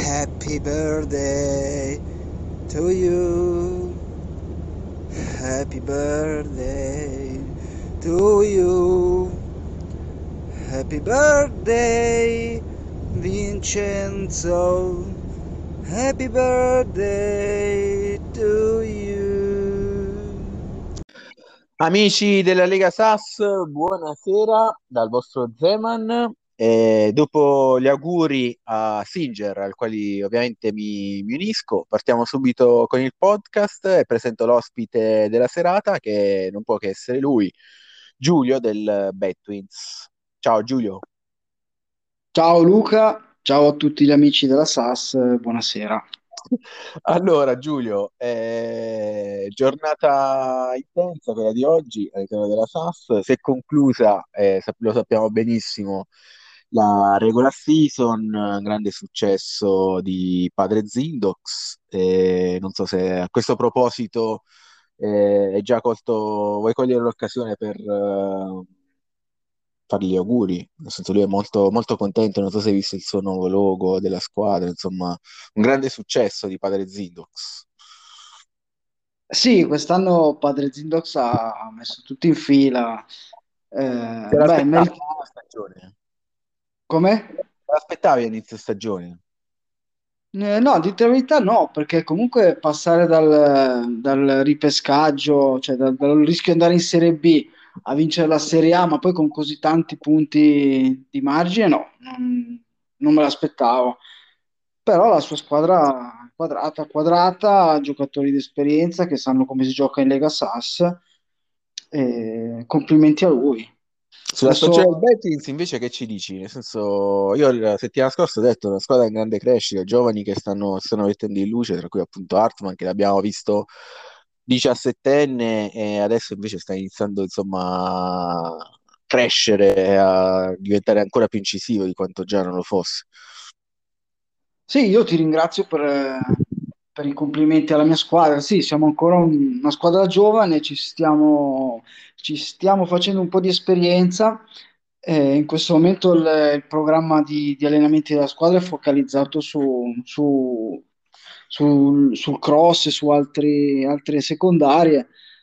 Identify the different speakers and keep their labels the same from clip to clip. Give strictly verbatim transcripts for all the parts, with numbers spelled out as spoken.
Speaker 1: Happy birthday to you. Happy birthday to you. Happy birthday, Vincenzo. Happy birthday to you.
Speaker 2: Amici della Lega Sass, buonasera dal vostro Zeman. E dopo gli auguri a Singer, al quali ovviamente mi, mi unisco, partiamo subito con il podcast e presento l'ospite della serata, che non può che essere lui, Giulio del Bad Twins. Ciao Giulio.
Speaker 3: Ciao Luca, ciao a tutti gli amici della S A S, buonasera.
Speaker 2: Allora, Giulio, eh, giornata intensa quella di oggi all'interno della S A S, si è conclusa, eh, sap- lo sappiamo benissimo, la regular season, eh, grande successo di Padre Zindox. Eh, non so se a questo proposito eh, hai già colto, vuoi cogliere l'occasione per eh, fargli gli auguri, nel senso lui è molto, molto contento, non so se hai visto il suo nuovo logo della squadra, insomma, un grande successo di Padre Zindox.
Speaker 3: Sì, quest'anno Padre Zindox ha ha messo tutto in fila.
Speaker 2: Te
Speaker 3: Eh, beh,
Speaker 2: l'aspettavi
Speaker 3: merita-
Speaker 2: inizio stagione?
Speaker 3: come?
Speaker 2: Te l'aspettavi a inizio stagione?
Speaker 3: Eh, no, di la verità no, perché comunque passare dal, dal ripescaggio, cioè dal, dal rischio di andare in Serie B a vincere la Serie A, ma poi con così tanti punti di margine, no, non, non me l'aspettavo. Però la sua squadra è quadrata, quadrata, ha giocatori di esperienza che sanno come si gioca in Lega S A S, e complimenti a lui.
Speaker 2: Sulla stagione del
Speaker 3: Adesso
Speaker 2: Betis invece che ci dici? Nel senso, io la settimana scorsa ho detto una squadra in grande crescita, giovani che stanno, stanno mettendo in luce, tra cui appunto Hartman che l'abbiamo visto diciassettenne e adesso invece sta iniziando insomma a crescere, a diventare ancora più incisivo di quanto già non lo fosse.
Speaker 3: sì, io ti ringrazio per, eh, per i complimenti alla mia squadra. Sì, siamo ancora un- una squadra giovane, ci stiamo, ci stiamo facendo un po' di esperienza. Eh, in questo momento il, il programma di, di allenamenti della squadra è focalizzato su, su- sul, sul cross e su altri- altre secondarie.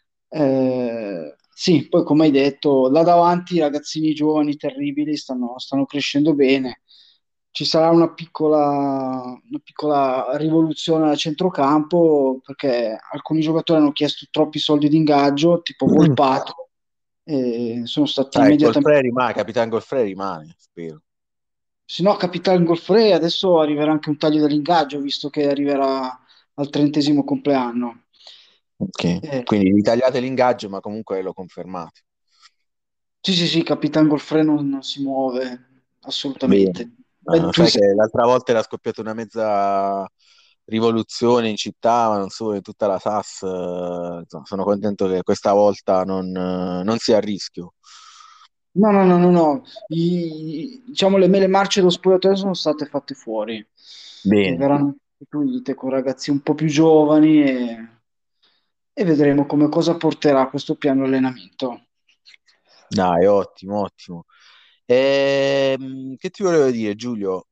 Speaker 3: Eh, sì, poi come hai detto, là davanti i ragazzini giovani terribili stanno stanno crescendo bene. Ci sarà una piccola, una piccola rivoluzione a centrocampo perché alcuni giocatori hanno chiesto troppi soldi di ingaggio, tipo
Speaker 2: Mm.
Speaker 3: Volpato, e sono stati
Speaker 2: Dai,
Speaker 3: immediatamente.
Speaker 2: Golfrey rimane, Capitan Golfrey rimane, spero.
Speaker 3: Se no, Capitan Golfrey adesso arriverà anche un taglio dell'ingaggio, visto che arriverà al trentesimo compleanno.
Speaker 2: Ok,
Speaker 3: Eh,
Speaker 2: quindi vi tagliate l'ingaggio, ma comunque lo confermate.
Speaker 3: sì, sì, sì, Capitan Golfrey non, non si muove
Speaker 2: Bene.
Speaker 3: assolutamente. Beh,
Speaker 2: Eh,
Speaker 3: tu
Speaker 2: sai
Speaker 3: sei-
Speaker 2: che l'altra volta era scoppiata una mezza rivoluzione in città, ma non solo in tutta la S A S. Eh, insomma, sono contento che questa volta non, eh, non sia a rischio.
Speaker 3: No, no, no, no, no. I- diciamo le mele marce dello spogliatoio sono state fatte fuori e
Speaker 2: Bene,
Speaker 3: verranno sostituite con ragazzi un po' più giovani e, e vedremo come cosa porterà questo piano allenamento.
Speaker 2: dai, ottimo, ottimo. Ehm, che ti volevo dire, Giulio?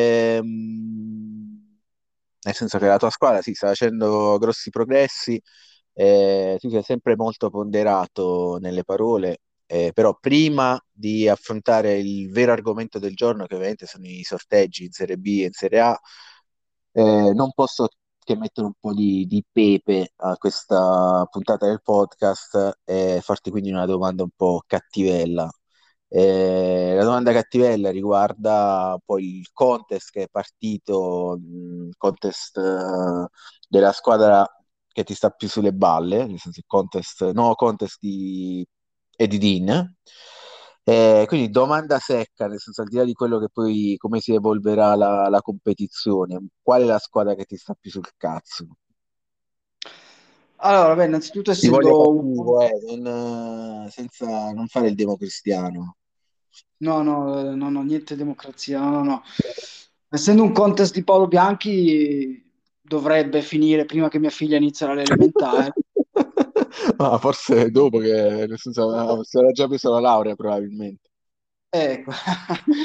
Speaker 2: Ehm, nel senso che la tua squadra sì, sta facendo grossi progressi, eh, tu sei sempre molto ponderato nelle parole, eh, però prima di affrontare il vero argomento del giorno, che ovviamente sono i sorteggi in Serie B e in Serie A, eh, non posso che mettere un po' di, di pepe a questa puntata del podcast e farti quindi una domanda un po' cattivella. Eh, la domanda cattivella riguarda poi il contest che è partito, mh, il contest eh, della squadra che ti sta più sulle balle, nel senso il contest, no contest di Eddie Dean. Eh, quindi domanda secca, nel senso al di là di quello che poi come si evolverà la, la competizione, qual è la squadra che ti sta più sul cazzo?
Speaker 3: Allora, beh, innanzitutto
Speaker 2: Ti voglio
Speaker 3: essendo un po'.
Speaker 2: cattivo, eh, non, eh, senza non fare il democristiano.
Speaker 3: No, no, eh, no, no, niente democrazia, no, no, no. Essendo un contest di Paolo Bianchi, dovrebbe finire prima che mia figlia inizi alle elementari.
Speaker 2: Ma forse dopo che nel senso, eh, si era già preso la laurea probabilmente.
Speaker 3: Ecco.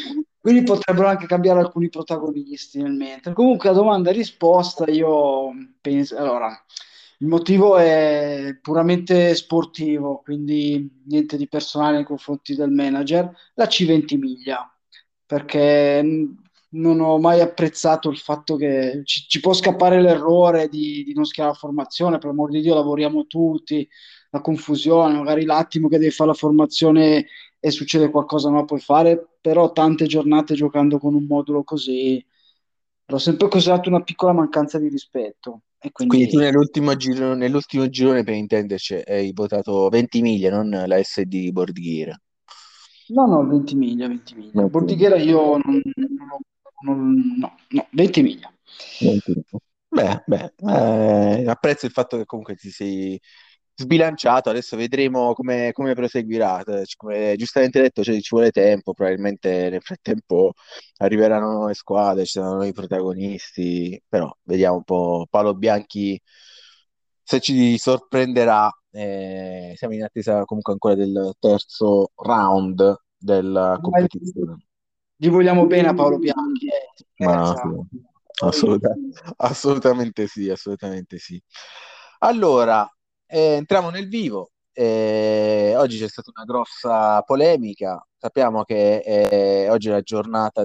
Speaker 3: quindi potrebbero anche cambiare alcuni protagonisti nel mentre. Comunque, a domanda e risposta, io penso. Allora, il motivo è puramente sportivo, quindi niente di personale nei confronti del manager. La C Ventimiglia, perché mh, non ho mai apprezzato il fatto che ci, ci può scappare l'errore di, di non schierare la formazione, per amor di Dio, lavoriamo tutti, la confusione, magari l'attimo che devi fare la formazione e succede qualcosa non la puoi fare, però tante giornate giocando con un modulo così l'ho sempre considerato una piccola mancanza di rispetto e
Speaker 2: Quindi tu
Speaker 3: quindi
Speaker 2: nell'ultimo giro, nell'ultimo girone, per intenderci, hai votato Ventimiglia, non la S D di Bordighera.
Speaker 3: no, no, Ventimiglia, Ventimiglia.
Speaker 2: Ventimiglia.
Speaker 3: Bordighera io non, non ho- non- no, no, Ventimiglia.
Speaker 2: Ventimiglia. Beh, beh, eh, apprezzo il fatto che comunque ti sei sbilanciato. Adesso vedremo come, come proseguirà. Eh, Come giustamente detto, cioè, ci vuole tempo. Probabilmente nel frattempo arriveranno nuove squadre, ci saranno nuovi protagonisti. Però vediamo un po'. Paolo Bianchi se ci sorprenderà. Eh, siamo in attesa comunque ancora del terzo round della
Speaker 3: Dai,
Speaker 2: competizione.
Speaker 3: gli vogliamo bene a Paolo Bianchi, eh,
Speaker 2: Ma sì,
Speaker 3: scherza.
Speaker 2: assoluta- assolutamente sì, assolutamente sì. Allora, eh, entriamo nel vivo. Eh, oggi c'è stata una grossa polemica. Sappiamo che eh, oggi è la giornata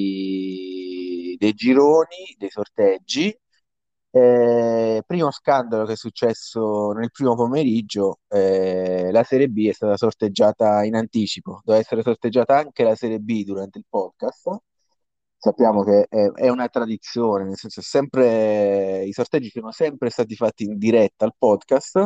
Speaker 2: dei, dei gironi, dei sorteggi. Eh, primo scandalo che è successo nel primo pomeriggio, eh, la Serie B è stata sorteggiata in anticipo, doveva essere sorteggiata anche la Serie B durante il podcast. Sappiamo che è, è una tradizione, nel senso è sempre, i sorteggi sono sempre stati fatti in diretta al podcast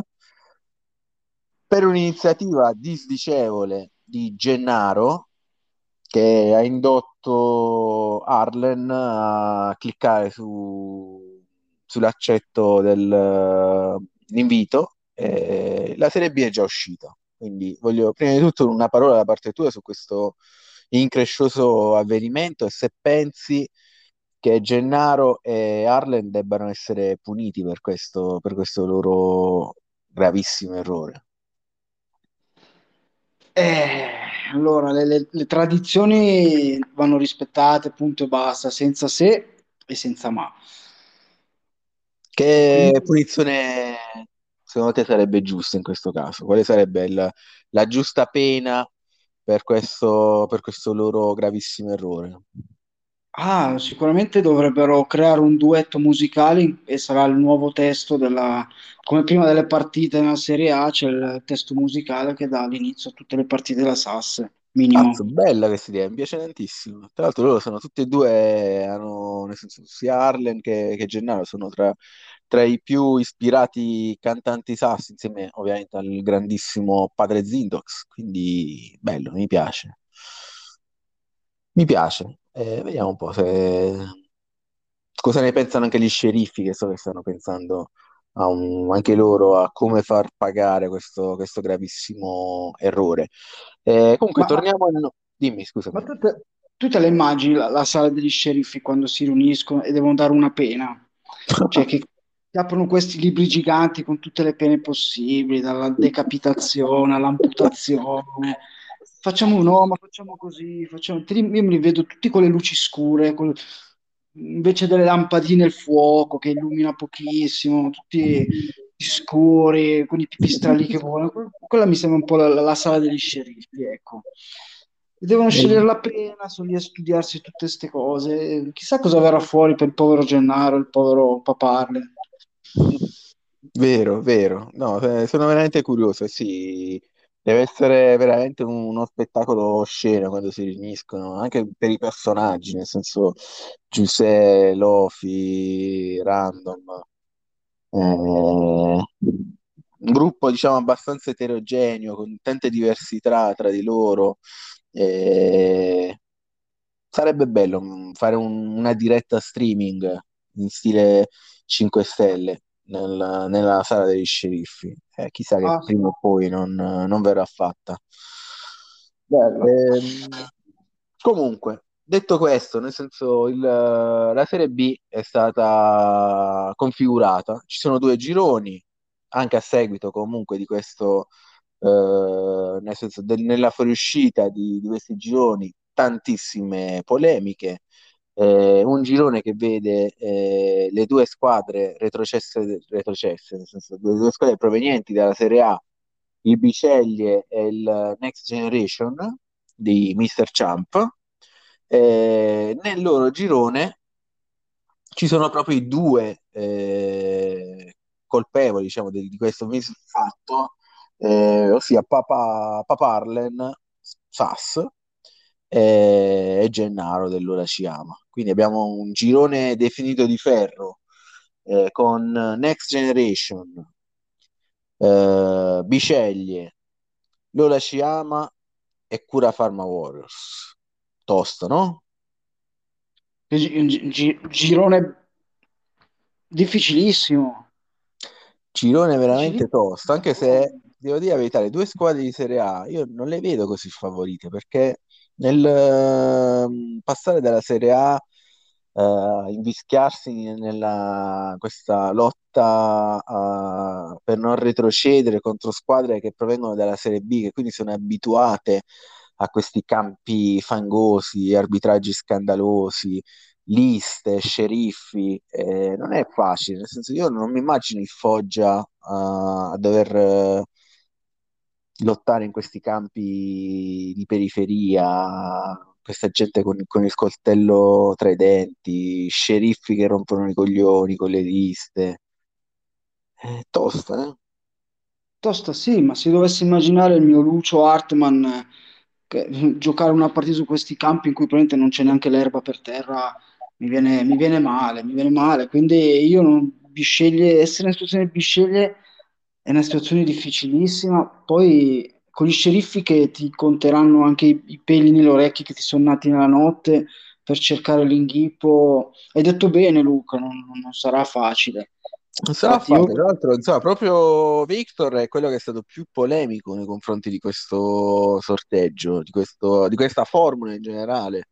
Speaker 2: per un'iniziativa disdicevole di Gennaro che ha indotto Arlen a cliccare su- sull'accetto dell'invito. La Serie B è già uscita, quindi voglio prima di tutto una parola da parte tua su questo increscioso avvenimento e se pensi che Gennaro e Arlen debbano essere puniti per questo, per questo loro gravissimo errore.
Speaker 3: Eh, allora, le, le- le tradizioni vanno rispettate, punto e basta, senza se e senza ma. E
Speaker 2: Che
Speaker 3: quindi,
Speaker 2: punizione secondo te sarebbe giusta in questo caso? Quale sarebbe il- la giusta pena per questo, per questo loro gravissimo errore?
Speaker 3: ah, sicuramente dovrebbero creare un duetto musicale e sarà il nuovo testo della, come prima delle partite nella Serie A, c'è il testo musicale che dà l'inizio a tutte le partite della Sasse,
Speaker 2: Cazzo,
Speaker 3: minimo.
Speaker 2: bella questa idea, mi piace tantissimo. Tra l'altro loro sono tutti e due, hanno, nel senso, sia Harlen che, che Gennaro sono tra, tra i più ispirati cantanti sassi, insieme ovviamente al grandissimo padre Zindox, quindi bello, mi piace. Mi piace. Eh, vediamo un po' se... cosa ne pensano anche gli sceriffi, che so che stanno pensando a un- anche loro a come far pagare questo, questo gravissimo errore. Eh, comunque,
Speaker 3: Ma, ma-
Speaker 2: torniamo al... no- Dimmi,
Speaker 3: ma
Speaker 2: scusami.
Speaker 3: tu, te, tu te la immagini la, la sala degli sceriffi quando si riuniscono e devono dare una pena? Cioè che che aprono questi libri giganti con tutte le pene possibili, dalla decapitazione all'amputazione. Facciamo no, ma facciamo così, facciamo... te li- Io me li vedo tutti con le luci scure, col- invece delle lampadine il fuoco che illumina pochissimo, tutti scuri, con i pipistrelli che volano. Que- Quella mi sembra un po' la, la sala degli sceriffi, ecco. E devono scegliere la pena, sono lì a studiarsi tutte queste cose. Chissà cosa verrà fuori per il povero Gennaro, il povero Paparle.
Speaker 2: Vero, vero. No, eh, sono veramente curioso. Sì, deve essere veramente un- uno spettacolo sceno quando si riuniscono, anche per i personaggi, nel senso Giuseppe, Lofi, Random. Eh, un gruppo, diciamo, abbastanza eterogeneo, con tante diversità tra di loro. Eh, sarebbe bello mm, fare un- una diretta streaming in stile cinque Stelle nel- nella sala degli sceriffi. Eh, chissà che
Speaker 3: Ah, sì,
Speaker 2: prima o poi non, non verrà fatta.
Speaker 3: bello.
Speaker 2: Ehm, Comunque, detto questo, nel senso il- la Serie B è stata configurata, ci sono due gironi, anche a seguito comunque di questo, eh, nel senso del- nella fuoriuscita di, di questi gironi tantissime polemiche. Eh, un girone che vede eh, le due squadre retrocesse, retrocesse, nel senso le due squadre provenienti dalla Serie A, il Biceglie e il Next Generation di mister Champ. Eh, nel loro girone ci sono proprio i due eh, colpevoli, diciamo, di, di questo misfatto, eh, ossia Papa, Paparlen, Sass eh, e Gennaro dell'Ora ci ama. Quindi abbiamo un girone definito di ferro eh, con Next Generation, eh, Biceglie, Lola ci ama e Cura Pharma Warriors. Tosto, no?
Speaker 3: Gi- gi- gi- girone difficilissimo.
Speaker 2: Girone veramente tosto, anche
Speaker 3: Difficilissimo.
Speaker 2: se devo dire la verità, le due squadre di Serie A io non le vedo così favorite perché nel ehm, passare dalla Serie A, eh, invischiarsi nella questa lotta eh, per non retrocedere contro squadre che provengono dalla Serie B, che quindi sono abituate a questi campi fangosi, arbitraggi scandalosi, liste, sceriffi, eh, non è facile, nel senso io non mi immagino il Foggia eh, a dover eh, lottare in questi campi di periferia, questa gente con, con il coltello tra i denti, sceriffi che rompono i coglioni con le liste. È tosta, eh?
Speaker 3: Tosta sì, ma se dovessi immaginare il mio Lucio Hartmann eh, che- giocare una partita su questi campi in cui probabilmente non c'è neanche l'erba per terra, mi viene, mi viene male, mi viene male. Quindi io non, Bisceglie, essere in situazione di Bisceglie è una situazione difficilissima. Poi con gli sceriffi che ti conteranno anche i, i peli nelle orecchie che ti sono nati nella notte per cercare l'inghippo. Hai detto bene, Luca, non non sarà facile.
Speaker 2: Non sarà
Speaker 3: Infatti, io
Speaker 2: facile, tra l'altro, insomma, proprio Victor è quello che è stato più polemico nei confronti di questo sorteggio, di questo, di questa formula in generale.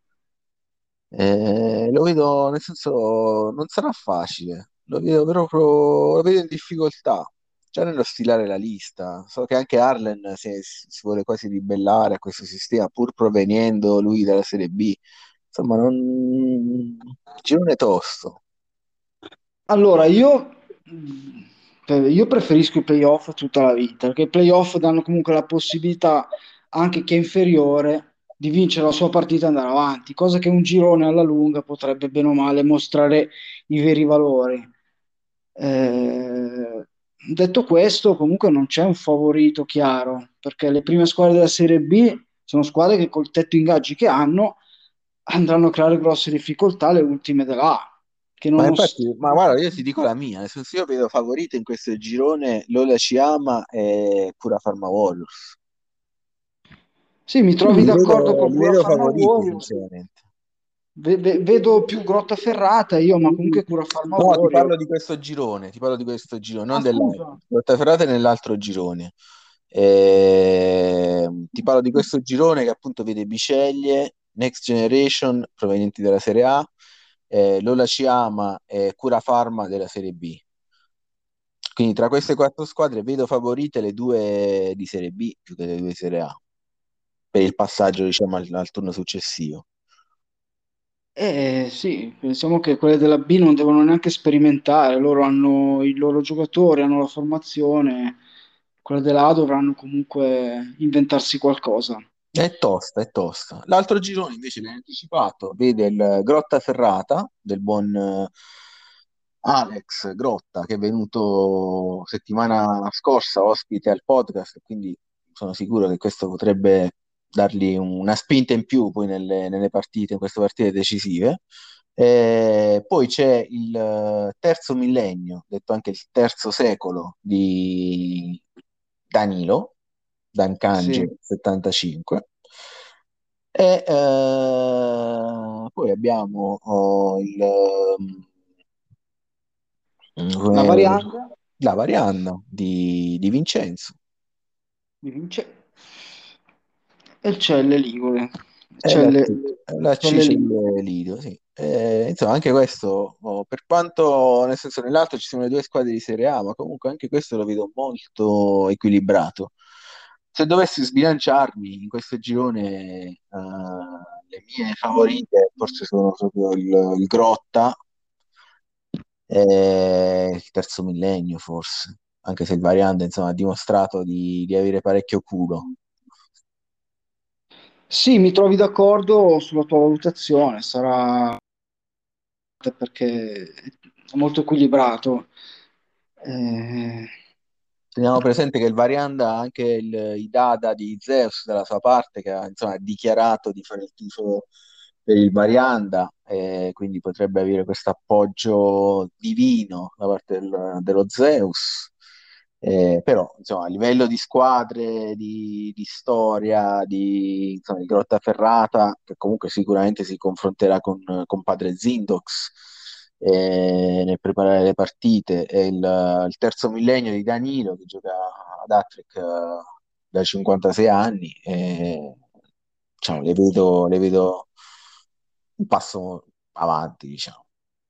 Speaker 2: Eh, lo vedo, nel senso, non sarà facile, lo vedo proprio, lo vedo in difficoltà, già nello stilare la lista. So che anche Arlen si, si vuole quasi ribellare a questo sistema, pur provenendo lui dalla Serie B. Insomma, non... girone tosto.
Speaker 3: Allora, io, mh, io preferisco i playoff tutta la vita, perché i playoff danno comunque la possibilità anche chi è inferiore di vincere la sua partita e andare avanti, cosa che un girone alla lunga potrebbe bene o male mostrare i veri valori. Eh, detto questo, comunque non c'è un favorito chiaro, perché le prime squadre della Serie B sono squadre che col tetto ingaggi che hanno andranno a creare grosse difficoltà alle ultime della A, che
Speaker 2: Ma
Speaker 3: non ho...
Speaker 2: infatti, ma guarda, io ti dico la mia, nel senso io vedo favorite in questo girone Lola Ciama e Pura Farma Warriors.
Speaker 3: Sì, mi
Speaker 2: Sì,
Speaker 3: trovi
Speaker 2: li
Speaker 3: d'accordo
Speaker 2: vedo,
Speaker 3: col
Speaker 2: li
Speaker 3: Cura
Speaker 2: vedo
Speaker 3: Pharma
Speaker 2: favoriti,
Speaker 3: Warriors.
Speaker 2: sinceramente.
Speaker 3: Ve- ve- vedo più Grottaferrata io, ma comunque Cura Pharma
Speaker 2: No, ti
Speaker 3: Warriors.
Speaker 2: parlo di questo girone, ti parlo di questo girone, non
Speaker 3: Ah,
Speaker 2: dell'altro.
Speaker 3: scusa.
Speaker 2: Grottaferrata è nell'altro girone. Ehm, ti parlo di questo girone che appunto vede Biceglie, Next Generation provenienti dalla Serie A, eh, Lola Ciama e Cura Pharma della Serie B. Quindi tra queste quattro squadre vedo favorite le due di Serie B più che le due di Serie A per il passaggio, diciamo, al, al turno successivo.
Speaker 3: Eh sì, pensiamo che quelle della B non devono neanche sperimentare, loro hanno i loro giocatori, hanno la formazione, quelle della A dovranno comunque inventarsi qualcosa.
Speaker 2: È tosta, è tosta. L'altro girone invece l'hai anticipato, vede il Grottaferrata del buon eh, Alex Grotta che è venuto settimana scorsa ospite al podcast, quindi sono sicuro che questo potrebbe dargli una spinta in più poi nelle, nelle partite, in queste partite decisive. E poi c'è il eh, terzo millennio, detto anche il terzo secolo di Danilo, Dan
Speaker 3: Sì.
Speaker 2: Kange settantacinque. E eh, poi abbiamo oh, il, mm,
Speaker 3: La
Speaker 2: come-
Speaker 3: variante
Speaker 2: la Varianda di, di Vincenzo.
Speaker 3: di Vince e il Celle Ligure.
Speaker 2: E la,
Speaker 3: Celle,
Speaker 2: la
Speaker 3: Celle Ligure.
Speaker 2: Cicel Lido, sì. Eh, insomma, anche questo, oh, per quanto nel senso nell'altro ci sono le due squadre di Serie A, ma comunque anche questo lo vedo molto equilibrato. se dovessi sbilanciarmi in questo girone, eh, le mie favorite forse sono proprio il, il Grotta e il Terzo Millennio, forse, anche se il Variante, insomma, ha dimostrato di, di avere parecchio culo.
Speaker 3: Sì, mi trovi d'accordo sulla tua valutazione, sarà perché è molto equilibrato. Eh,
Speaker 2: Teniamo presente che il Varianda ha anche il, i dada di Zeus dalla sua parte, che ha insomma, dichiarato di fare il tifo per il Varianda, e quindi potrebbe avere questo appoggio divino da parte del- dello Zeus. Eh, però, insomma, a livello di squadre, di, di storia, di, insomma, di Grottaferrata, che comunque sicuramente si confronterà con, con Padre Zindox eh, nel preparare le partite, e il, il terzo millennio di Danilo che gioca ad Attrick eh, da cinquantasei anni, e, diciamo, le vedo, le vedo un passo avanti, diciamo.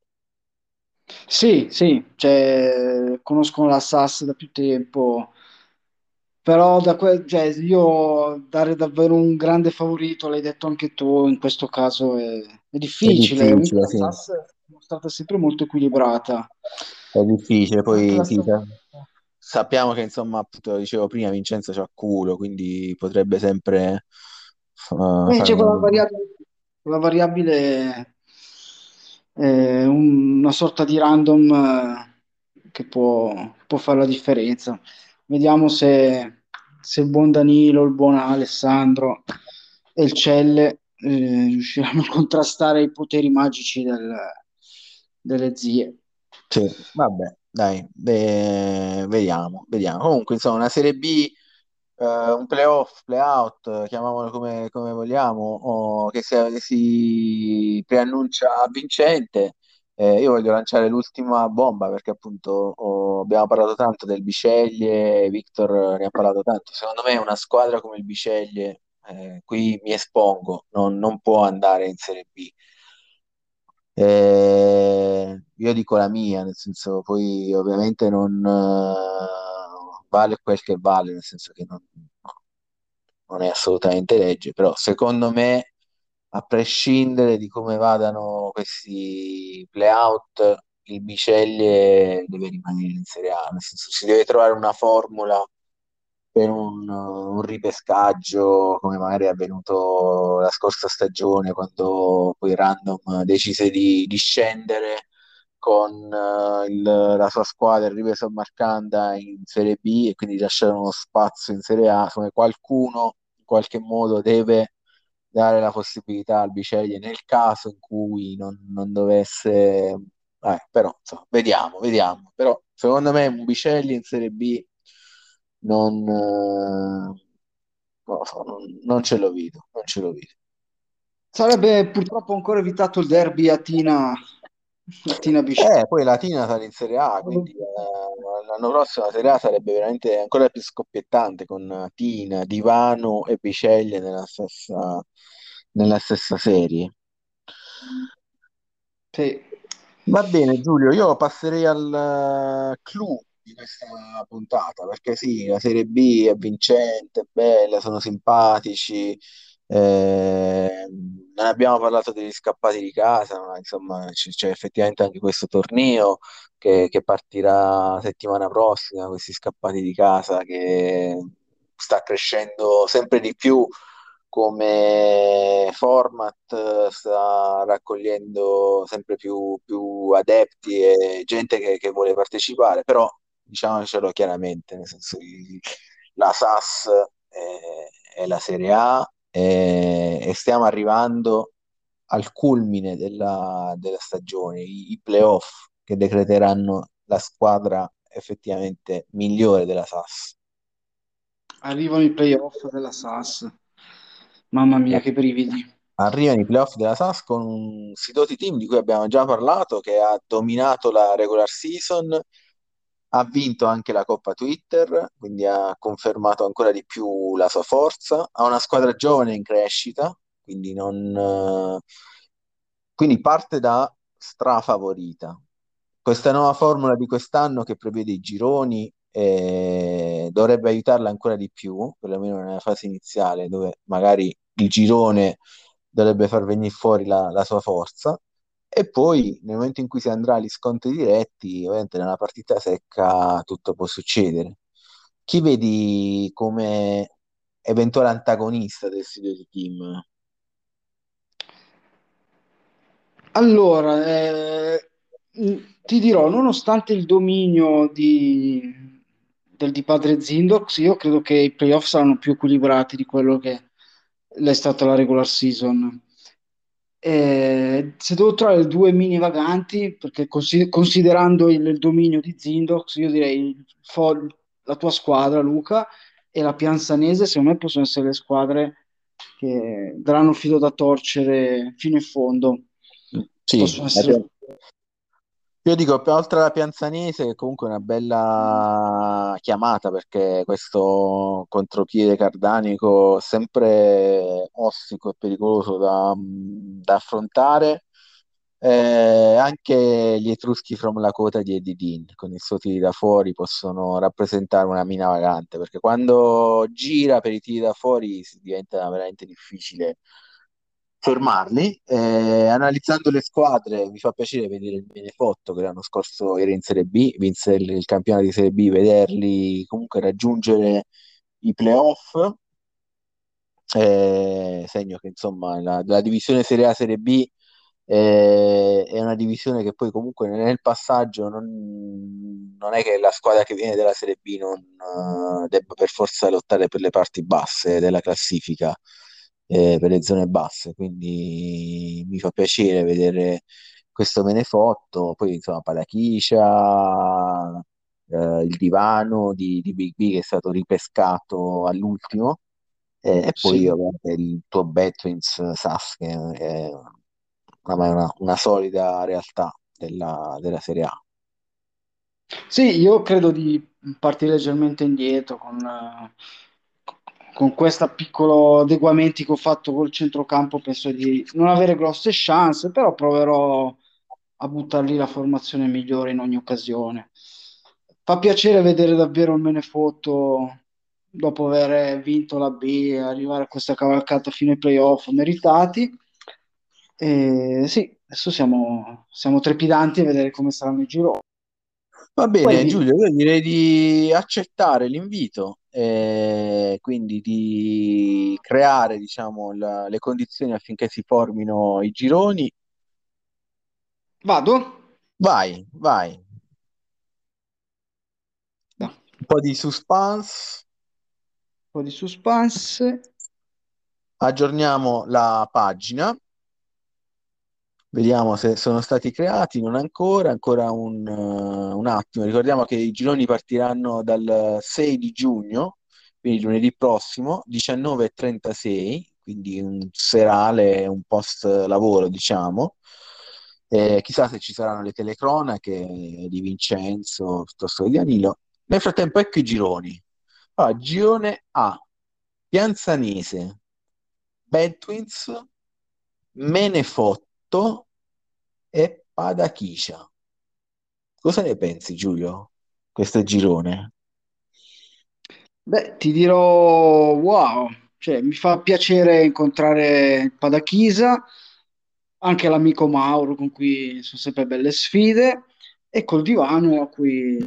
Speaker 3: sì, sì, cioè, conoscono la S A S da più tempo, però da que- cioè, io dare davvero un grande favorito, l'hai detto anche tu, in questo caso è, è
Speaker 2: È
Speaker 3: difficile. Comunque
Speaker 2: difficile,
Speaker 3: la
Speaker 2: sì.
Speaker 3: S A S è stata sempre molto equilibrata.
Speaker 2: È difficile,
Speaker 3: Anche
Speaker 2: poi
Speaker 3: la
Speaker 2: sì, sa-
Speaker 3: stavolta.
Speaker 2: sappiamo che insomma, appunto, dicevo prima, Vincenzo c'ha culo, quindi potrebbe sempre uh,
Speaker 3: Eh,
Speaker 2: fare
Speaker 3: c'è
Speaker 2: una...
Speaker 3: quella variabile, quella variabile è una sorta di random eh, che può, può fare la differenza. Vediamo se, se il buon Danilo, il buon Alessandro e il Celle eh, riusciranno a contrastare i poteri magici del- delle zie.
Speaker 2: Sì, vabbè, dai, beh, vediamo, vediamo. Comunque, insomma, una Serie B, eh, un playoff, playout, eh, chiamiamolo come, come vogliamo, o che si, si preannuncia vincente. Eh, io voglio lanciare l'ultima bomba perché appunto oh, abbiamo parlato tanto del Biceglie, Victor ne ha parlato tanto. Secondo me una squadra come il Biceglie, eh, qui mi espongo, non, non può andare in Serie B. Eh, io dico la mia, nel senso, poi ovviamente non eh, vale quel che vale, nel senso che non, non è assolutamente legge, però secondo me, a prescindere di come vadano questi play-out, il Biceglie deve rimanere in Serie A, nel senso si deve trovare una formula per un, un ripescaggio come magari è avvenuto la scorsa stagione quando poi Random decise di, di scendere con eh, il- la sua squadra, il River Marcanda in Serie B e quindi lasciare uno spazio in Serie A, come qualcuno in qualche modo deve dare la possibilità al Biceglie nel caso in cui non, non dovesse eh, però insomma, vediamo, vediamo. Però secondo me un Biceglie in Serie B non, eh, non lo so, non, non ce lo vedo, non ce lo vedo.
Speaker 3: Sarebbe purtroppo ancora evitato il derby Atina, Atina Bisceglie.
Speaker 2: Eh, poi Latina sale in Serie A, quindi eh, l'anno prossimo la Serie A sarebbe veramente ancora più scoppiettante con Tina, Divano e Biceglie nella stessa, nella stessa serie.
Speaker 3: Sì.
Speaker 2: Va bene, Giulio, io passerei al eh, clou di questa puntata, perché sì, la Serie B è vincente, è bella, sono simpatici, eh, non abbiamo parlato degli scappati di casa, ma insomma c- c'è effettivamente anche questo torneo che, che partirà settimana prossima, questi scappati di casa che sta crescendo sempre di più come format, eh, sta raccogliendo sempre più, più adepti e gente che, che vuole partecipare, però diciamocelo chiaramente, nel senso i- la S A S è, è la Serie A e, e stiamo arrivando al culmine della, della stagione, i, i playoff che decreteranno la squadra effettivamente migliore della S A S.
Speaker 3: Arrivano i playoff della S A S. Mamma mia, che brividi.
Speaker 2: Arrivano i playoff della S A S con un Sidoti Team di cui abbiamo già parlato, che ha dominato la regular season, ha vinto anche la Coppa Twitter, quindi ha confermato ancora di più la sua forza, ha una squadra giovane in crescita, quindi non, eh, quindi parte da strafavorita. Questa nuova formula di quest'anno che prevede i gironi e dovrebbe aiutarla ancora di più, perlomeno nella fase iniziale, dove magari il girone dovrebbe far venire fuori la, la sua forza. E poi nel momento in cui si andrà agli scontri diretti, ovviamente nella partita secca tutto può succedere. Chi vedi come eventuale antagonista del studio di team?
Speaker 3: Allora, eh, mh, ti dirò, nonostante il dominio di, del di Padre Zindox, io credo che i playoff saranno più equilibrati di quello che l'è stata la regular season. Eh, se devo trovare due mini vaganti, perché consi- considerando il, il dominio di Zindox, io direi il Fo- la tua squadra, Luca, e la Pianzanese, secondo me possono essere le squadre che daranno filo da torcere fino in fondo.
Speaker 2: Sì,
Speaker 3: Possono
Speaker 2: la
Speaker 3: essere.
Speaker 2: Pia- io dico, oltre alla Pianzanese, che comunque è una bella chiamata perché questo contropiede cardanico sempre ostico e pericoloso da, da affrontare. Eh, anche gli Etruschi from Lakota di Eddie Dean, con i suoi tiri da fuori, possono rappresentare una mina vagante perché quando gira per i tiri da fuori si diventa veramente difficile fermarli. Eh, analizzando le squadre, mi fa piacere vedere il Benefotto che l'anno scorso era in Serie B, vinse il, il campionato di Serie B, vederli comunque raggiungere i playoff. Eh, segno che insomma la, la divisione Serie A Serie B eh, è una divisione che poi comunque nel passaggio non, non è che la squadra che viene dalla Serie B non eh, debba per forza lottare per le parti basse della classifica, eh, per le zone basse, quindi mi fa piacere vedere questo Menefotto, poi insomma Palachicia, eh, il divano di, di Big B che è stato ripescato all'ultimo, e, e poi
Speaker 3: Sì.
Speaker 2: ovviamente il tuo Betwins Sas che è ormai una, una solida realtà della, della Serie A.
Speaker 3: Sì, io credo di partire leggermente indietro con, eh, con questo piccolo adeguamenti che ho fatto col centrocampo. Penso di non avere grosse chance, però proverò a buttar lì la formazione migliore in ogni occasione. Fa piacere vedere davvero il Menefotto dopo aver vinto la B, arrivare a questa cavalcata fino ai playoff meritati. E sì, adesso siamo, siamo trepidanti a vedere come saranno i gironi.
Speaker 2: Va bene,
Speaker 3: Poi
Speaker 2: Giulio, io direi di accettare l'invito e quindi di creare, diciamo, la- le condizioni affinché si formino i gironi.
Speaker 3: vado?
Speaker 2: Vai, vai.
Speaker 3: Da, un
Speaker 2: Un po' di suspense.
Speaker 3: po' di suspense.
Speaker 2: Aggiorniamo la pagina. Vediamo se sono stati creati, non ancora, ancora un, eh, un attimo. Ricordiamo che i gironi partiranno dal sei di giugno, quindi lunedì prossimo, diciannove e trentasei, quindi un serale, un post lavoro, diciamo. Eh, chissà se ci saranno le telecronache di Vincenzo piuttosto che di Danilo. Nel frattempo, ecco i gironi. Allora, girone A, Pianzanese, Bad Twins, Menefotto e Padachicia. Cosa ne pensi, Giulio? Questo girone?
Speaker 3: Beh, ti dirò wow, cioè, mi fa piacere incontrare il Padachisa, anche l'amico Mauro con cui sono sempre belle sfide, e col divano a cui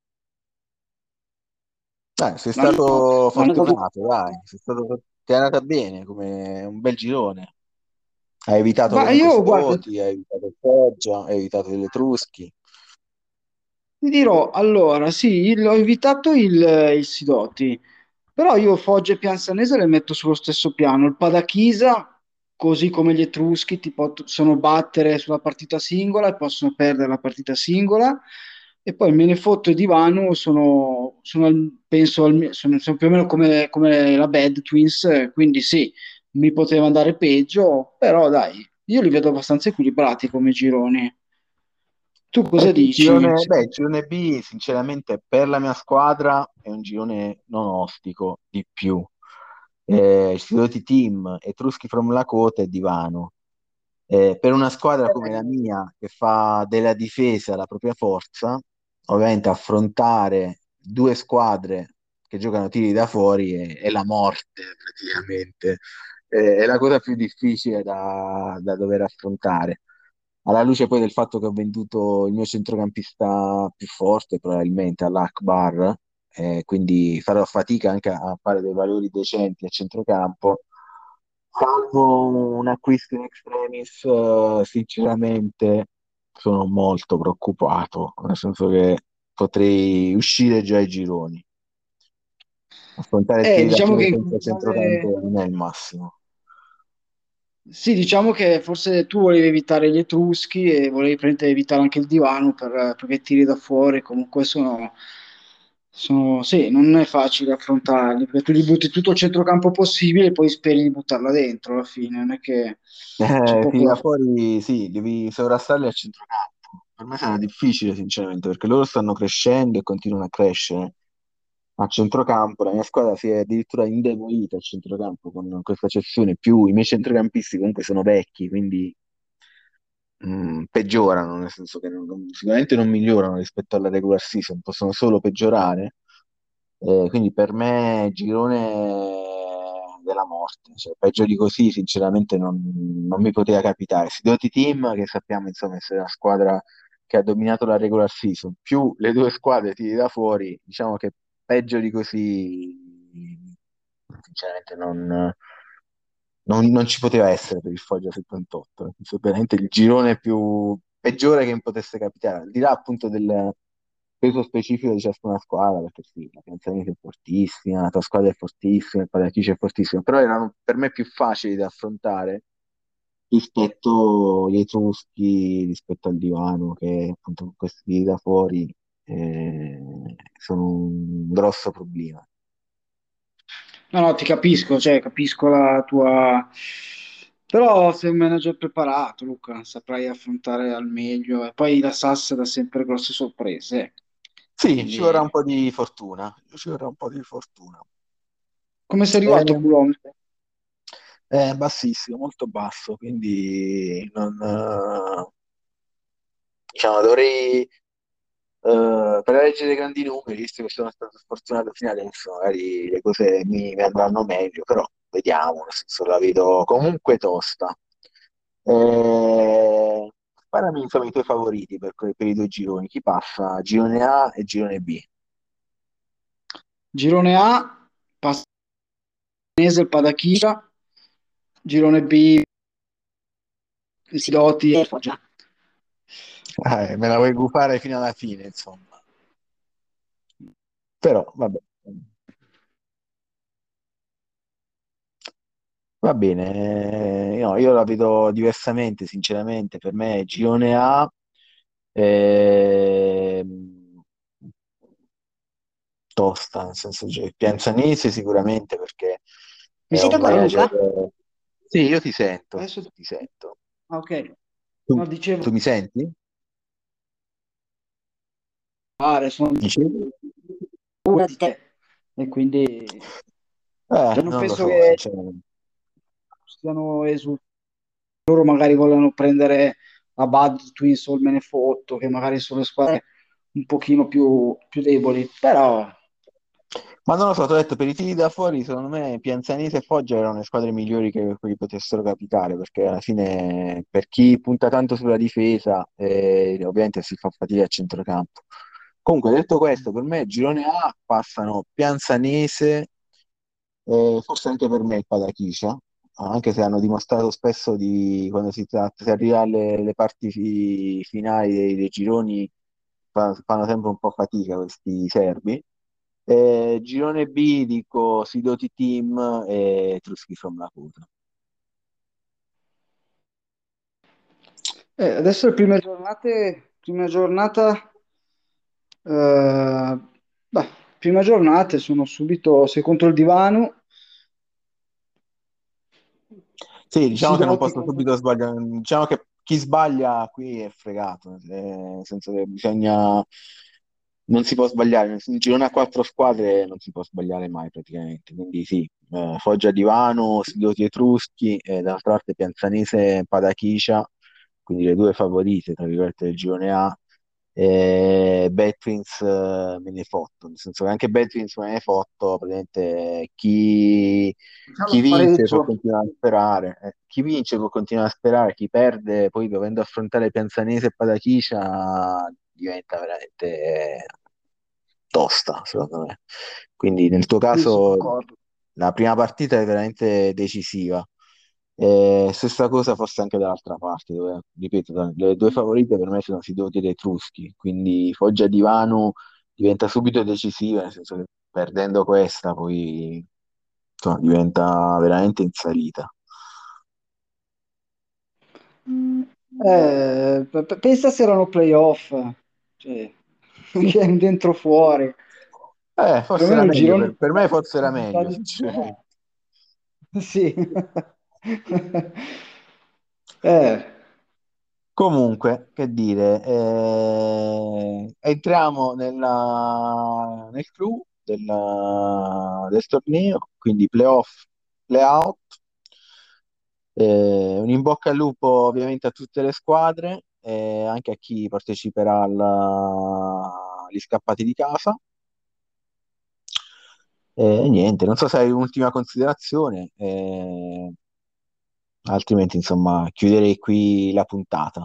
Speaker 2: Dai, sei
Speaker 3: hanno,
Speaker 2: stato
Speaker 3: hanno dato.
Speaker 2: fortunato, dai, sei stato... ti è andata bene, come un bel girone. Hai evitato
Speaker 3: Ma
Speaker 2: comunque i
Speaker 3: io, guarda,
Speaker 2: Sidoti, hai evitato il Foggia, hai evitato gli Etruschi.
Speaker 3: ti dirò, allora, sì, il- ho evitato il, il Sidoti, però io Foggia e Pianzanese le metto sullo stesso piano. Il Padachisa, così come gli Etruschi, ti possono battere sulla partita singola e possono perdere la partita singola. E poi Menefotto e Divano sono, sono al- penso, al- sono, sono più o meno come, come la Bad Twins, eh, quindi sì, mi poteva andare peggio, però dai, io li vedo abbastanza equilibrati come gironi. Tu
Speaker 2: Eh
Speaker 3: cosa
Speaker 2: sì, il
Speaker 3: dici?
Speaker 2: girone, beh, il girone B, sinceramente, per la mia squadra è un girone non ostico di più. Eh, il Sidoti Team, Etruschi from Lakota e Divano. Eh, per una squadra come la mia, che fa della difesa la propria forza, ovviamente affrontare due squadre che giocano tiri da fuori è, è la morte praticamente. È, è la cosa più difficile da, da dover affrontare. Alla luce poi del fatto che ho venduto il mio centrocampista più forte, probabilmente all'Akbar, eh, quindi farò fatica anche a, a fare dei valori decenti a centrocampo. Salvo un acquisto in extremis, eh, sinceramente sono molto preoccupato, nel senso che potrei uscire già ai gironi. Affrontare il
Speaker 3: Eh,
Speaker 2: tiri da
Speaker 3: diciamo che
Speaker 2: fuori
Speaker 3: in
Speaker 2: senza
Speaker 3: quelle zone.
Speaker 2: centrocampo non è il massimo.
Speaker 3: Sì, diciamo che forse tu volevi evitare gli Etruschi e volevi prendere, evitare anche il divano per- perché tiri da fuori, comunque sono, sono- sì, non è facile affrontarli, perché tu li butti tutto il centrocampo possibile e poi speri di buttarla dentro alla fine, non è che c'è
Speaker 2: Eh,
Speaker 3: poco
Speaker 2: tiri
Speaker 3: da
Speaker 2: da
Speaker 3: fare.
Speaker 2: fuori, sì, devi sovrastarli al centrocampo. Per me sarà difficile, sinceramente, perché loro stanno crescendo e continuano a crescere. A centrocampo la mia squadra si è addirittura indebolita a centrocampo con questa cessione, più i miei centrocampisti comunque sono vecchi, quindi mh, peggiorano, nel senso che non- non- sicuramente non migliorano rispetto alla regular season, possono solo peggiorare. Eh, quindi per me girone della morte, cioè, peggio di così sinceramente non, non mi poteva capitare. Sidoti Team, che sappiamo insomma essere la squadra che ha dominato la regular season, più le due squadre tiri da fuori, diciamo che peggio di così sinceramente non, non- non ci poteva essere per il Foggia settantotto. Nel senso, veramente il girone più peggiore che mi potesse capitare, al di là appunto del peso specifico di ciascuna squadra, perché sì, la Pianzanese è fortissima, la tua squadra è fortissima, il Palachice è fortissimo, però erano per me più facili da affrontare rispetto agli Etruschi, rispetto al Divano, che appunto con questi da fuori eh, sono un grosso problema.
Speaker 3: No, no, ti capisco, cioè, capisco la tua. Però sei un manager preparato, Luca, saprai affrontare al meglio. E poi la Sass dà sempre grosse sorprese.
Speaker 2: Sì, ci vorrà
Speaker 3: Quindi,
Speaker 2: un po' di fortuna, ci vorrà un po' di fortuna.
Speaker 3: come sei arrivato a
Speaker 2: Eh,
Speaker 3: Boulogne?
Speaker 2: È bassissimo, molto basso, quindi non, eh, diciamo, dovrei, eh, per la legge dei grandi numeri, visto che sono stato sfortunato fino adesso, magari le cose mi, mi andranno meglio, però vediamo, nel senso la vedo comunque tosta. Eh, Sparami insomma i tuoi favoriti per, que- per i due gironi, chi passa? Girone A e girone B.
Speaker 3: Girone A, Passanese, il Padachiscia. Girone B, il Sidoti e Foggia.
Speaker 2: Eh, me la vuoi gufare fino alla fine, insomma. Però, vabbè. Va bene, eh, no, io la vedo diversamente, sinceramente. Per me girone A, ehm, tosta, nel senso cioè, Pianzanese sicuramente perché
Speaker 3: Mi
Speaker 2: è
Speaker 3: senti
Speaker 2: un
Speaker 3: ancora,
Speaker 2: manager.
Speaker 3: Luca?
Speaker 2: Sì, io ti sento,
Speaker 3: Adesso.
Speaker 2: ti sento.
Speaker 3: Ah, ok.
Speaker 2: Tu,
Speaker 3: No, dicevo,
Speaker 2: tu mi senti?
Speaker 3: fare, sono
Speaker 2: Dici?
Speaker 3: una di te. E quindi
Speaker 2: Eh,
Speaker 3: non
Speaker 2: non lo
Speaker 3: penso
Speaker 2: so,
Speaker 3: che
Speaker 2: sinceramente.
Speaker 3: stiano esultando. Loro magari vogliono prendere a Bad Twins o il Menefotto, che magari sono le squadre un pochino più, più deboli, però
Speaker 2: Ma non lo so, ti ho detto, per i tiri da fuori, secondo me Pianzanese e Foggia erano le squadre migliori che cui potessero capitare, perché alla fine per chi punta tanto sulla difesa, eh, ovviamente si fa fatica a centrocampo. Comunque, detto questo, per me girone A passano Pianzanese, e forse anche per me il Palachicia, anche se hanno dimostrato spesso di, quando si, tratta- si arriva alle, alle parti fi- finali dei, dei gironi, fa- fanno sempre un po' fatica questi serbi. Eh, girone B dico Sidoti Team e Truschi from Lacuta.
Speaker 3: eh, adesso le prime giornate, prima giornata, eh, beh, prime giornate sono subito, sei contro il divano,
Speaker 2: Sì, diciamo che non
Speaker 3: Sidoti
Speaker 2: posso
Speaker 3: contro.
Speaker 2: subito sbagliare. Diciamo che chi sbaglia qui è fregato, eh, nel senso che bisogna. Non si può sbagliare. In girone a quattro squadre non si può sbagliare mai praticamente. Quindi sì, eh, Foggia Divano, Sidoti Etruschi e dall'altra parte Pianzanese Padachicia, quindi le due favorite, tra virgolette, del girone A. E Bad Twins eh, me ne fotto, nel senso che anche Bad Twins me ne fotto, praticamente chi, chi
Speaker 3: Diciamo
Speaker 2: vince può
Speaker 3: pareggio.
Speaker 2: continuare a sperare, eh, chi vince può continuare a sperare, chi perde poi dovendo affrontare Pianzanese e Padachicia diventa veramente eh, tosta, secondo me. Quindi nel tuo
Speaker 3: Sì, sono
Speaker 2: caso
Speaker 3: d'accordo.
Speaker 2: la prima partita è veramente decisiva. Eh, stessa cosa forse anche dall'altra parte, dove, ripeto, da- le due favorite per me sono Sidoti ed Etruschi, quindi Foggia di Vanu diventa subito decisiva, nel senso che perdendo questa poi insomma, diventa veramente in salita.
Speaker 3: Eh, p- p- pensa se erano playoff, cioè, che è un dentro fuori.
Speaker 2: Eh, forse
Speaker 3: Almeno
Speaker 2: era
Speaker 3: il
Speaker 2: meglio,
Speaker 3: girone
Speaker 2: per, per me forse era
Speaker 3: a metà
Speaker 2: meglio,
Speaker 3: di
Speaker 2: sinceramente.
Speaker 3: sì. Eh,
Speaker 2: Comunque, che dire, eh, entriamo nella- nel clou della- del torneo, quindi playoff, playout. Eh, un in bocca al lupo ovviamente a tutte le squadre e anche a chi parteciperà alla- agli scappati di casa. E niente, non so se hai un'ultima considerazione, eh, altrimenti insomma chiuderei qui la puntata.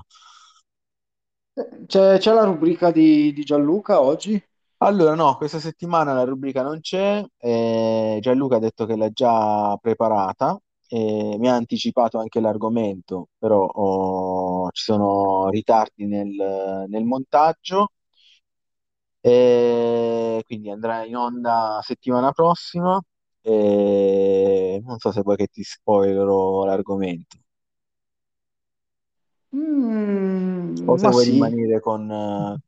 Speaker 3: c'è c'è la rubrica di, di Gianluca oggi?
Speaker 2: Allora, no, questa settimana la rubrica non c'è, eh, Gianluca ha detto che l'ha già preparata, eh, mi ha anticipato anche l'argomento, però oh, ci sono ritardi nel, nel montaggio, e quindi andrà in onda settimana prossima, e non so se vuoi che ti spoilerò l'argomento, o
Speaker 3: Mm,
Speaker 2: se
Speaker 3: ma
Speaker 2: vuoi
Speaker 3: sì.
Speaker 2: rimanere con... eh,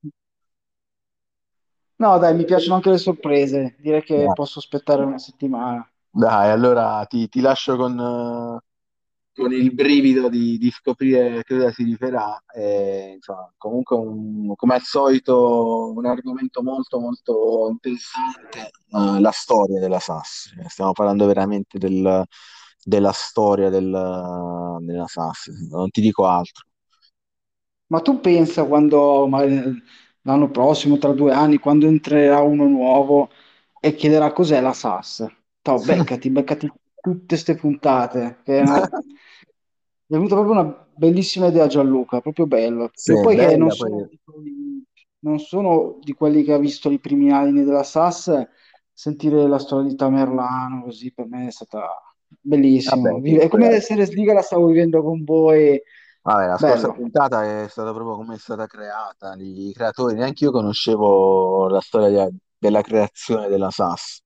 Speaker 3: No, dai, mi piacciono anche le sorprese. Direi che
Speaker 2: dai,
Speaker 3: posso aspettare una settimana.
Speaker 2: dai, allora ti, ti lascio con... eh, con il brivido di, di scoprire che cosa si riferà. E, insomma, comunque, un- come al solito, un argomento molto, molto interessante, eh, la storia della S A S. Cioè, stiamo parlando veramente del- della storia del- della S A S, non ti dico altro.
Speaker 3: Ma tu pensa quando, magari l'anno prossimo, tra due anni, quando entrerà uno nuovo e chiederà cos'è la S A S? Toh, beccati, beccati tutte queste puntate. Che è una- è venuta proprio una bellissima idea a Gianluca, proprio bello.
Speaker 2: Sì,
Speaker 3: Io
Speaker 2: è
Speaker 3: poi che non
Speaker 2: bella, poi...
Speaker 3: sono di quelli, non sono di quelli che ha visto i primi anni della S A S, sentire la storia di Tamerlano così per me è stata bellissimo.
Speaker 2: Vabbè,
Speaker 3: Vi-
Speaker 2: sì,
Speaker 3: È
Speaker 2: poi
Speaker 3: come se Sliga la stavo vivendo con voi.
Speaker 2: vabbè, la scorsa
Speaker 3: Bello.
Speaker 2: puntata è stata proprio come è stata creata, i creatori, neanche io conoscevo la storia di- della creazione della S A S.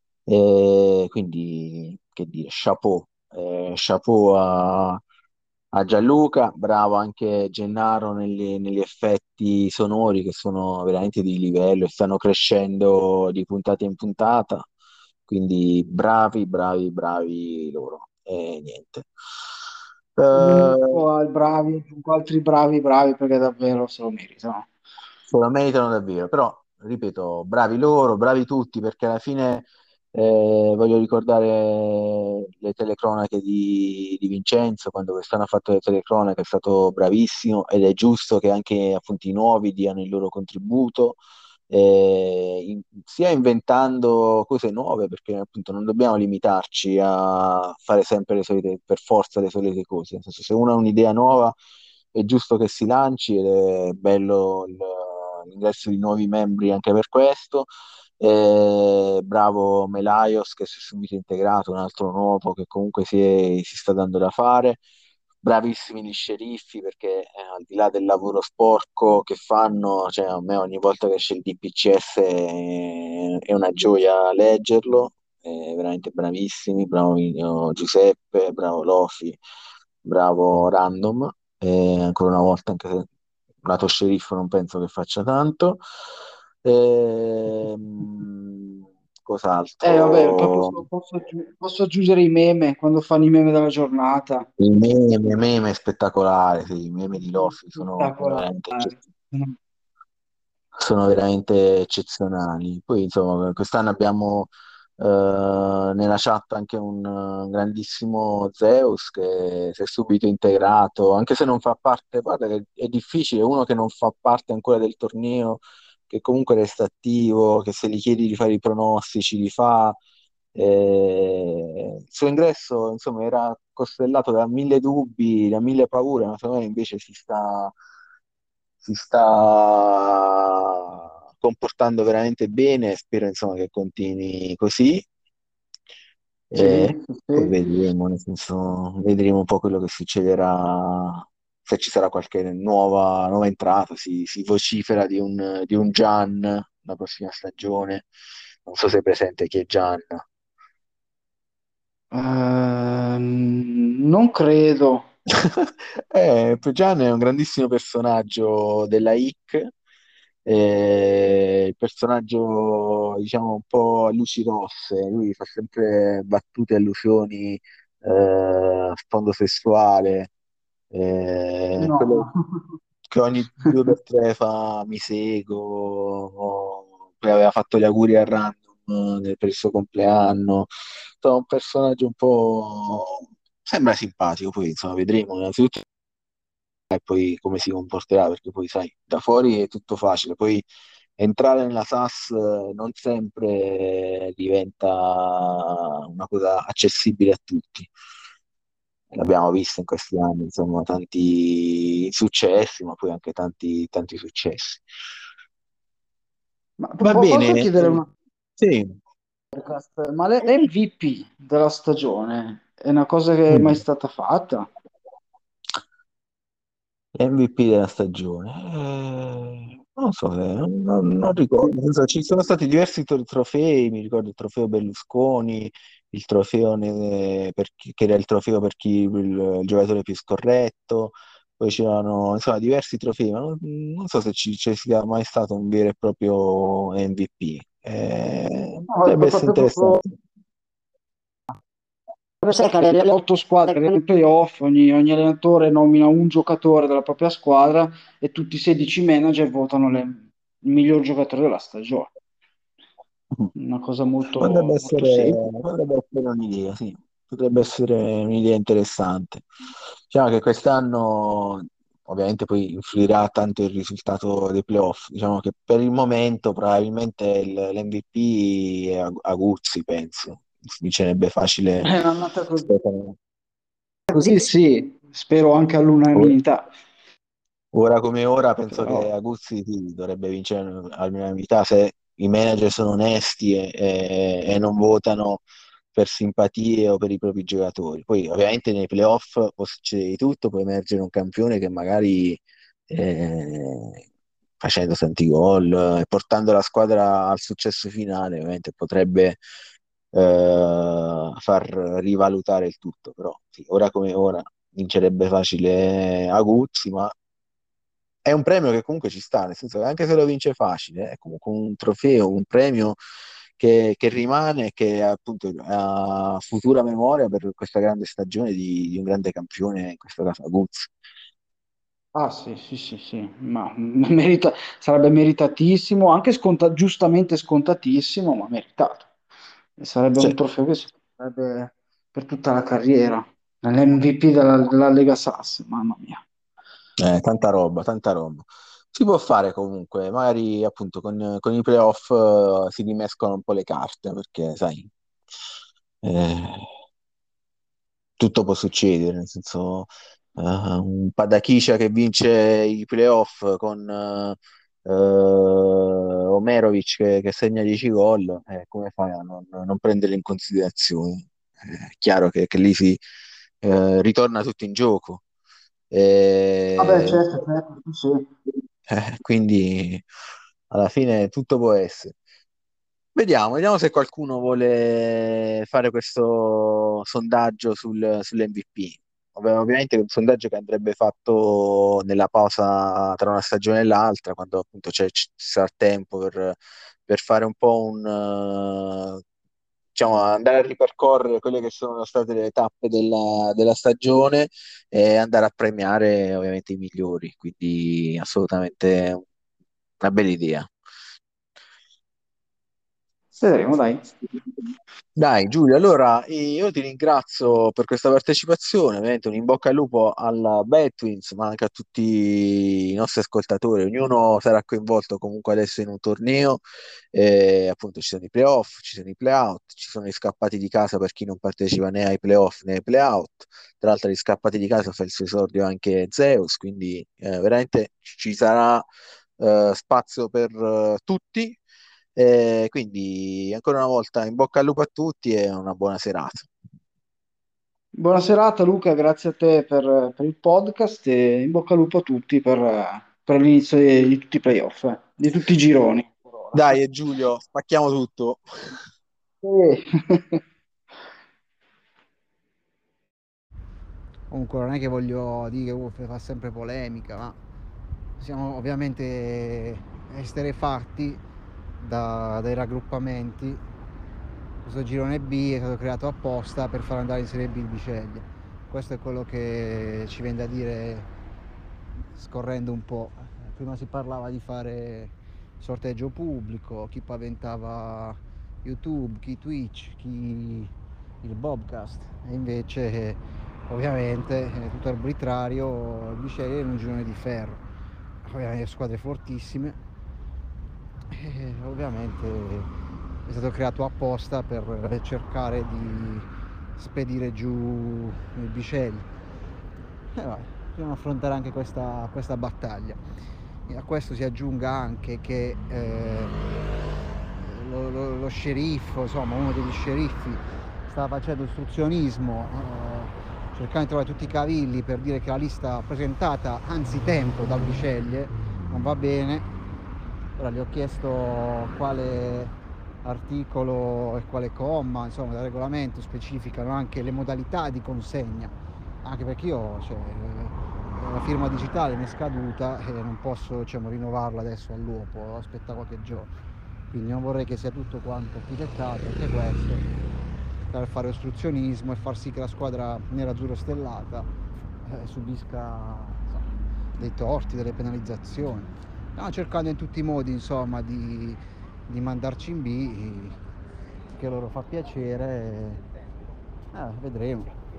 Speaker 2: E quindi, che dire, chapeau, Eh, chapeau a, a Gianluca, bravo anche Gennaro negli, negli effetti sonori che sono veramente di livello e stanno crescendo di puntata in puntata, quindi bravi, bravi, bravi loro. E niente. Eh,
Speaker 3: Aggiungo al bravi, aggiungo altri bravi, bravi perché davvero se lo meritano.
Speaker 2: Se lo meritano davvero, però ripeto, bravi loro, bravi tutti, perché alla fine eh, voglio ricordare le telecronache di, di Vincenzo, quando quest'anno ha fatto le telecronache è stato bravissimo ed è giusto che anche appunto i nuovi diano il loro contributo, eh, in- sia inventando cose nuove, perché appunto non dobbiamo limitarci a fare sempre le solite, per forza le solite cose, nel senso se uno ha un'idea nuova è giusto che si lanci ed è bello il- l'ingresso di nuovi membri anche per questo. E bravo Melaios che si è subito integrato, un altro nuovo che comunque si, è- si sta dando da fare. Bravissimi gli sceriffi perché eh, al di là del lavoro sporco che fanno, cioè a me ogni volta che esce il D P C S è, è una gioia leggerlo, eh, veramente bravissimi, bravo eh, Giuseppe, bravo Lofi, bravo Random, e ancora una volta anche se lato sceriffo non penso che faccia tanto. Ehm,
Speaker 3: Eh, vabbè, poi
Speaker 2: cos'altro?
Speaker 3: posso, posso aggiu- posso aggiungere i meme quando fanno i meme della giornata.
Speaker 2: Il meme, il meme è spettacolare, sì, i meme di Lofi sono, sono
Speaker 3: Spettacolare.
Speaker 2: veramente eccezionali. Sono veramente eccezionali. Poi, insomma, quest'anno abbiamo eh, nella chat anche un, eh, grandissimo Zeus che si è subito integrato, anche se non fa parte, guarda che è difficile, uno che non fa parte ancora del torneo, che comunque resta attivo, che se gli chiedi di fare i pronostici li fa. Eh, il suo ingresso, insomma, era costellato da mille dubbi, da mille paure, ma secondo me invece si sta, si sta comportando veramente bene. Spero, insomma, che continui così. E
Speaker 3: Sì, sì,
Speaker 2: poi
Speaker 3: sì.
Speaker 2: vedremo, nel senso, vedremo un po' quello che succederà, se ci sarà qualche nuova, nuova entrata. Si, si vocifera di un, di un Gian la prossima stagione. Non so se è presente chi è Gian.
Speaker 3: Ehm, non credo.
Speaker 2: Eh, Gian è un grandissimo personaggio della I C, eh, il personaggio diciamo un po' a luci rosse, lui fa sempre battute e allusioni eh, a sfondo sessuale, eh, quello
Speaker 3: No.
Speaker 2: che ogni due per tre fa mi seguo, o poi aveva fatto gli auguri a random eh, per il suo compleanno. Insomma, un personaggio un po' sembra simpatico, poi insomma vedremo innanzitutto e poi come si comporterà, perché poi sai, da fuori è tutto facile, poi entrare nella S A S eh, non sempre diventa una cosa accessibile a tutti. L'abbiamo visto in questi anni, insomma, tanti successi, ma poi anche tanti, tanti successi.
Speaker 3: Ma po-
Speaker 2: Va
Speaker 3: po-
Speaker 2: bene,
Speaker 3: posso chiedere
Speaker 2: eh,
Speaker 3: una
Speaker 2: sì.
Speaker 3: cosa? Ma l'M V P della stagione è una cosa che è mai
Speaker 2: Mm.
Speaker 3: stata fatta?
Speaker 2: M V P della stagione. Eh, non so, eh, non, non- non ricordo. Nel senso, ci sono stati diversi tro- trofei, mi ricordo il trofeo Berlusconi, il trofeo ne- per chi- che era il trofeo per chi il, il giocatore più scorretto, poi c'erano insomma diversi trofei, ma non, non so se ci, ci sia mai stato un vero e proprio M V P. Eh,
Speaker 3: No,
Speaker 2: potrebbe
Speaker 3: pro-
Speaker 2: essere
Speaker 3: proprio, proprio,
Speaker 2: interessante.
Speaker 3: proprio sai che le, le otto squadre che nel playoff, ogni, ogni allenatore nomina un giocatore della propria squadra e tutti i sedici manager votano le- il miglior giocatore della stagione. Una cosa
Speaker 2: Potrebbe
Speaker 3: molto, molto
Speaker 2: essere,
Speaker 3: semplice.
Speaker 2: potrebbe essere un'idea, sì, potrebbe essere un'idea interessante. Diciamo che quest'anno ovviamente poi influirà tanto il risultato dei playoff. Diciamo che per il momento probabilmente il- l'M V P è Ag- Aguzzi, penso. Si dicerebbe facile.
Speaker 3: È andata così.
Speaker 2: Stefano.
Speaker 3: Così sì, spero anche
Speaker 2: Ora
Speaker 3: all'unanimità.
Speaker 2: ora come ora penso che
Speaker 3: Però,
Speaker 2: Aguzzi sì, dovrebbe vincere all'unanimità se i manager sono onesti e, e- e non votano per simpatie o per i propri giocatori. Poi ovviamente nei playoff può succedere di tutto, può emergere un campione che magari eh, facendo tanti gol e portando la squadra al successo finale, ovviamente potrebbe eh, far rivalutare il tutto, però sì, ora come ora vincerebbe facile Aguzzi, ma è un premio che comunque ci sta, nel senso che anche se lo vince facile, è comunque un trofeo, un premio che, che rimane e che appunto ha futura memoria per questa grande stagione di, di un grande campione, in questo caso Aguzzi.
Speaker 3: ah sì, sì, sì, sì, ma merita- sarebbe meritatissimo, anche sconta- giustamente scontatissimo, ma meritato. E sarebbe
Speaker 2: Sì,
Speaker 3: un trofeo che si sarebbe per tutta la carriera. L'M V P della, della Lega Sass, mamma mia.
Speaker 2: eh, tanta roba, tanta roba. Si può fare comunque, magari appunto con, con i playoff eh, si rimescolano un po' le carte, perché sai, eh, tutto può succedere, nel senso eh, un Padakisha che vince i playoff con eh, eh, Omerovic che, che segna dieci gol, eh, come fai a non, non prenderli in considerazione? Eh, È chiaro che, che lì si eh, ritorna tutto in gioco.
Speaker 3: Vabbè,
Speaker 2: Eh,
Speaker 3: certo, certo, sì, sì.
Speaker 2: eh, quindi alla fine tutto può essere. Vediamo, vediamo se qualcuno vuole fare questo sondaggio sul, sull'M V P. Ov- Ovviamente è un sondaggio che andrebbe fatto nella pausa tra una stagione e l'altra, quando appunto c'è, ci sarà tempo per, per fare un po' un, eh, diciamo, andare a ripercorrere quelle che sono state le tappe della, della stagione e andare a premiare ovviamente i migliori. Quindi assolutamente una bella idea.
Speaker 3: Vedremo, dai.
Speaker 2: Dai Giulio, allora eh, io ti ringrazio per questa partecipazione, ovviamente un in bocca al lupo alla Bad Twins, ma anche a tutti i nostri ascoltatori, ognuno sarà coinvolto comunque adesso in un torneo, eh, appunto ci sono i playoff, ci sono i playout, ci sono gli scappati di casa per chi non partecipa né ai playoff né ai playout, tra l'altro gli scappati di casa fa il suo esordio anche Zeus, quindi eh, veramente ci sarà eh, spazio per eh, tutti. Eh, quindi ancora una volta in bocca al lupo a tutti e una buona serata.
Speaker 3: Buona serata Luca, grazie a te per, per il podcast e in bocca al lupo a tutti per, per l'inizio di, di tutti i playoff, eh, di tutti i gironi. Per ora.
Speaker 2: Dai, e Giulio, spacchiamo tutto.
Speaker 3: Sì.
Speaker 1: Comunque non è che voglio dire che Wolf fa sempre polemica, ma siamo ovviamente esterefatti da, dai raggruppamenti. Questo girone B è stato creato apposta per far andare in Serie B il Biceglie. Questo è quello che ci viene da dire scorrendo un po'. Prima si parlava di fare sorteggio pubblico, chi paventava YouTube, chi Twitch, chi il Bobcast, e invece ovviamente è tutto arbitrario. Il Biceglie è un girone di ferro, ovviamente squadre fortissime, e ovviamente è stato creato apposta per cercare di spedire giù il Biceglie. E vabbè, dobbiamo affrontare anche questa, questa battaglia. E a questo si aggiunga anche che eh, lo, lo, lo sceriffo, insomma uno degli sceriffi, stava facendo ostruzionismo, eh, cercando di trovare tutti i cavilli per dire che la lista presentata anzitempo dal Biceglie non va bene. Ora gli ho chiesto quale articolo e quale comma, insomma, del regolamento specificano anche le modalità di consegna, anche perché io, cioè, la firma digitale mi è scaduta e non posso, diciamo, rinnovarla adesso all'uopo, aspetta qualche giorno, quindi non vorrei che sia tutto quanto architettato, anche questo, per fare ostruzionismo e far sì che la squadra nerazzurro stellata eh, subisca, insomma, dei torti, delle penalizzazioni. Stiamo cercando in tutti i modi, insomma, di, di mandarci in B, che loro fa piacere, eh, vedremo.